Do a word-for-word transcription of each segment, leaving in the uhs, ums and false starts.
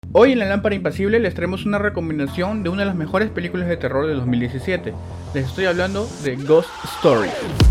Hoy en La Lámpara Impasible les traemos una recomendación de una de las mejores películas de terror de dos mil diecisiete. Les estoy hablando de Ghost Story,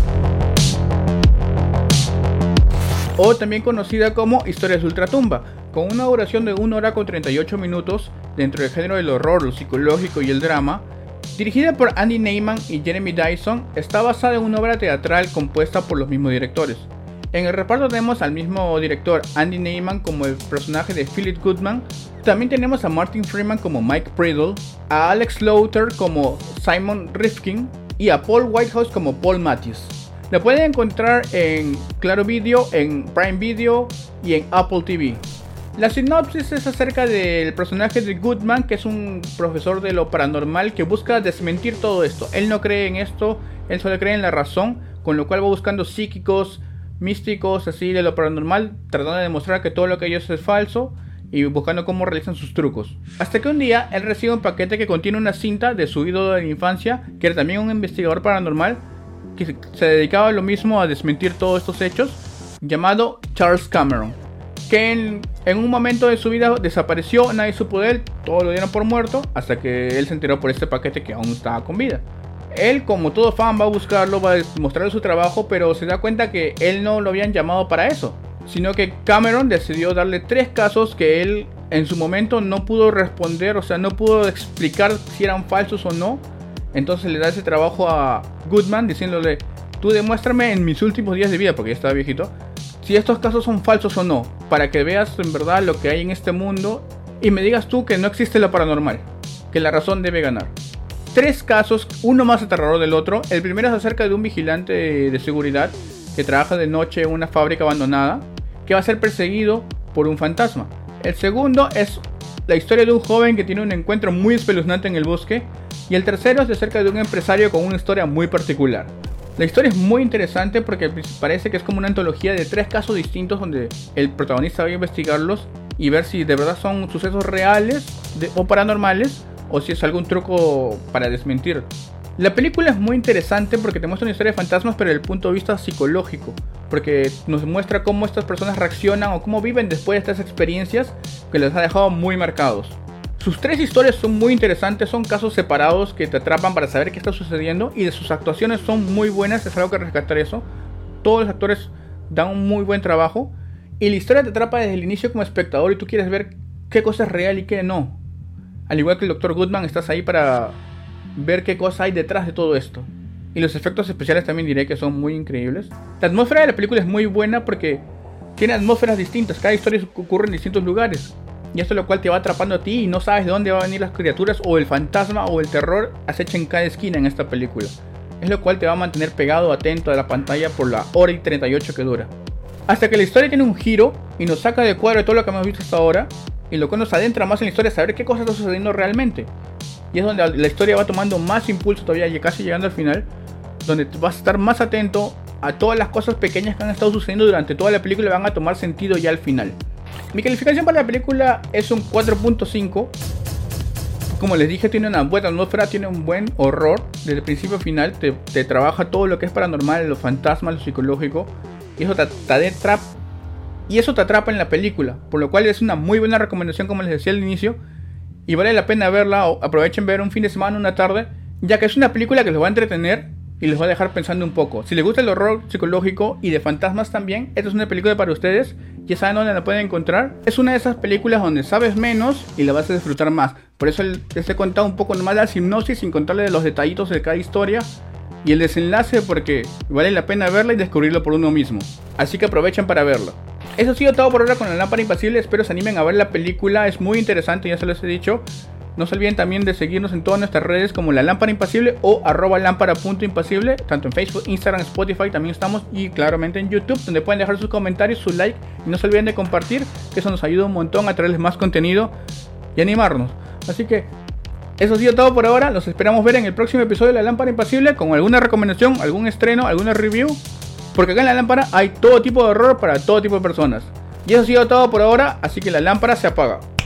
o también conocida como Historias de Ultratumba, con una duración de una hora con treinta y ocho minutos dentro del género del horror, lo psicológico y el drama. Dirigida por Andy Neyman y Jeremy Dyson, está basada en una obra teatral compuesta por los mismos directores. En el reparto tenemos al mismo director Andy Neyman como el personaje de Philip Goodman. También tenemos a Martin Freeman como Mike Priddle, a Alex Lowther como Simon Rifkin y a Paul Whitehouse como Paul Matthews. La pueden encontrar en Claro Video, en Prime Video y en Apple T V. La sinopsis es acerca del personaje de Goodman, que es un profesor de lo paranormal que busca desmentir todo esto. Él no cree en esto, él solo cree en la razón, con lo cual va buscando psíquicos, místicos, así de lo paranormal, tratando de demostrar que todo lo que ellos es falso y buscando cómo realizan sus trucos. Hasta que un día él recibe un paquete que contiene una cinta de su ídolo de la infancia, que era también un investigador paranormal que se dedicaba a lo mismo, a desmentir todos estos hechos, llamado Charles Cameron, que en, en un momento de su vida desapareció, nadie supo de él, todos lo dieron por muerto, hasta que él se enteró por este paquete que aún estaba con vida. Él, como todo fan, va a buscarlo, va a mostrarle su trabajo, pero se da cuenta que él no lo habían llamado para eso, sino que Cameron decidió darle tres casos que él en su momento no pudo responder, o sea, no pudo explicar si eran falsos o no. Entonces le da ese trabajo a Goodman diciéndole: tú demuéstrame en mis últimos días de vida, porque ya estaba viejito, si estos casos son falsos o no, para que veas en verdad lo que hay en este mundo y me digas tú que no existe lo paranormal, que la razón debe ganar. Tres casos, uno más aterrador del otro. El primero es acerca de un vigilante de, de seguridad que trabaja de noche en una fábrica abandonada, que va a ser perseguido por un fantasma. El segundo es la historia de un joven que tiene un encuentro muy espeluznante en el bosque. Y el tercero es acerca de un empresario con una historia muy particular. La historia es muy interesante porque parece que es como una antología de tres casos distintos donde el protagonista va a investigarlos y ver si de verdad son sucesos reales de, o paranormales, o si es algún truco para desmentir. La película es muy interesante porque te muestra una historia de fantasmas, pero desde el punto de vista psicológico, porque nos muestra cómo estas personas reaccionan o cómo viven después de estas experiencias que les ha dejado muy marcados. Sus tres historias son muy interesantes, son casos separados que te atrapan para saber qué está sucediendo, y de sus actuaciones son muy buenas, es algo que rescatar eso. Todos los actores dan un muy buen trabajo y la historia te atrapa desde el inicio como espectador y tú quieres ver qué cosa es real y qué no. Al igual que el doctor Goodman, estás ahí para ver qué cosa hay detrás de todo esto. Y los efectos especiales también diré que son muy increíbles. La atmósfera de la película es muy buena porque tiene atmósferas distintas, cada historia ocurre en distintos lugares. Y esto es lo cual te va atrapando a ti y no sabes de dónde van a venir las criaturas o el fantasma o el terror acecha en cada esquina en esta película. Es lo cual te va a mantener pegado, atento a la pantalla por la hora y treinta y ocho que dura. Hasta que la historia tiene un giro y nos saca de cuadro de todo lo que hemos visto hasta ahora, y lo que nos adentra más en la historia es saber qué cosa está sucediendo realmente. Y es donde la historia va tomando más impulso todavía, y casi llegando al final, donde vas a estar más atento a todas las cosas pequeñas que han estado sucediendo durante toda la película y van a tomar sentido ya al final. Mi calificación para la película es un cuatro punto cinco. Como les dije, tiene una buena atmósfera, tiene un buen horror. Desde el principio a final te, te trabaja todo lo que es paranormal, los fantasmas, lo psicológico. Y eso te, te atrapa, y eso te atrapa en la película. Por lo cual es una muy buena recomendación, como les decía al inicio. Y vale la pena verla, o aprovechen ver un fin de semana, una tarde, ya que es una película que les va a entretener y les va a dejar pensando un poco. Si les gusta el horror psicológico y de fantasmas también, esta es una película para ustedes. Ya saben dónde la pueden encontrar. Es una de esas películas donde sabes menos y la vas a disfrutar más. Por eso les he contado un poco nomás la hipnosis, sin contarles de los detallitos de cada historia y el desenlace, porque vale la pena verla y descubrirlo por uno mismo. Así que aprovechen para verla. Eso ha sido todo por ahora con La Lámpara Impasible. Espero se animen a ver la película, es muy interesante, ya se los he dicho. No se olviden también de seguirnos en todas nuestras redes como La Lámpara Impasible o arroba lámpara punto impasible, tanto en Facebook, Instagram, Spotify también estamos, y claramente en YouTube, donde pueden dejar sus comentarios, su like, y no se olviden de compartir, que eso nos ayuda un montón a traerles más contenido y animarnos. Así que eso ha sido todo por ahora, los esperamos ver en el próximo episodio de La Lámpara Impasible con alguna recomendación, algún estreno, alguna review, porque acá en La Lámpara hay todo tipo de horror para todo tipo de personas. Y eso ha sido todo por ahora, así que la lámpara se apaga.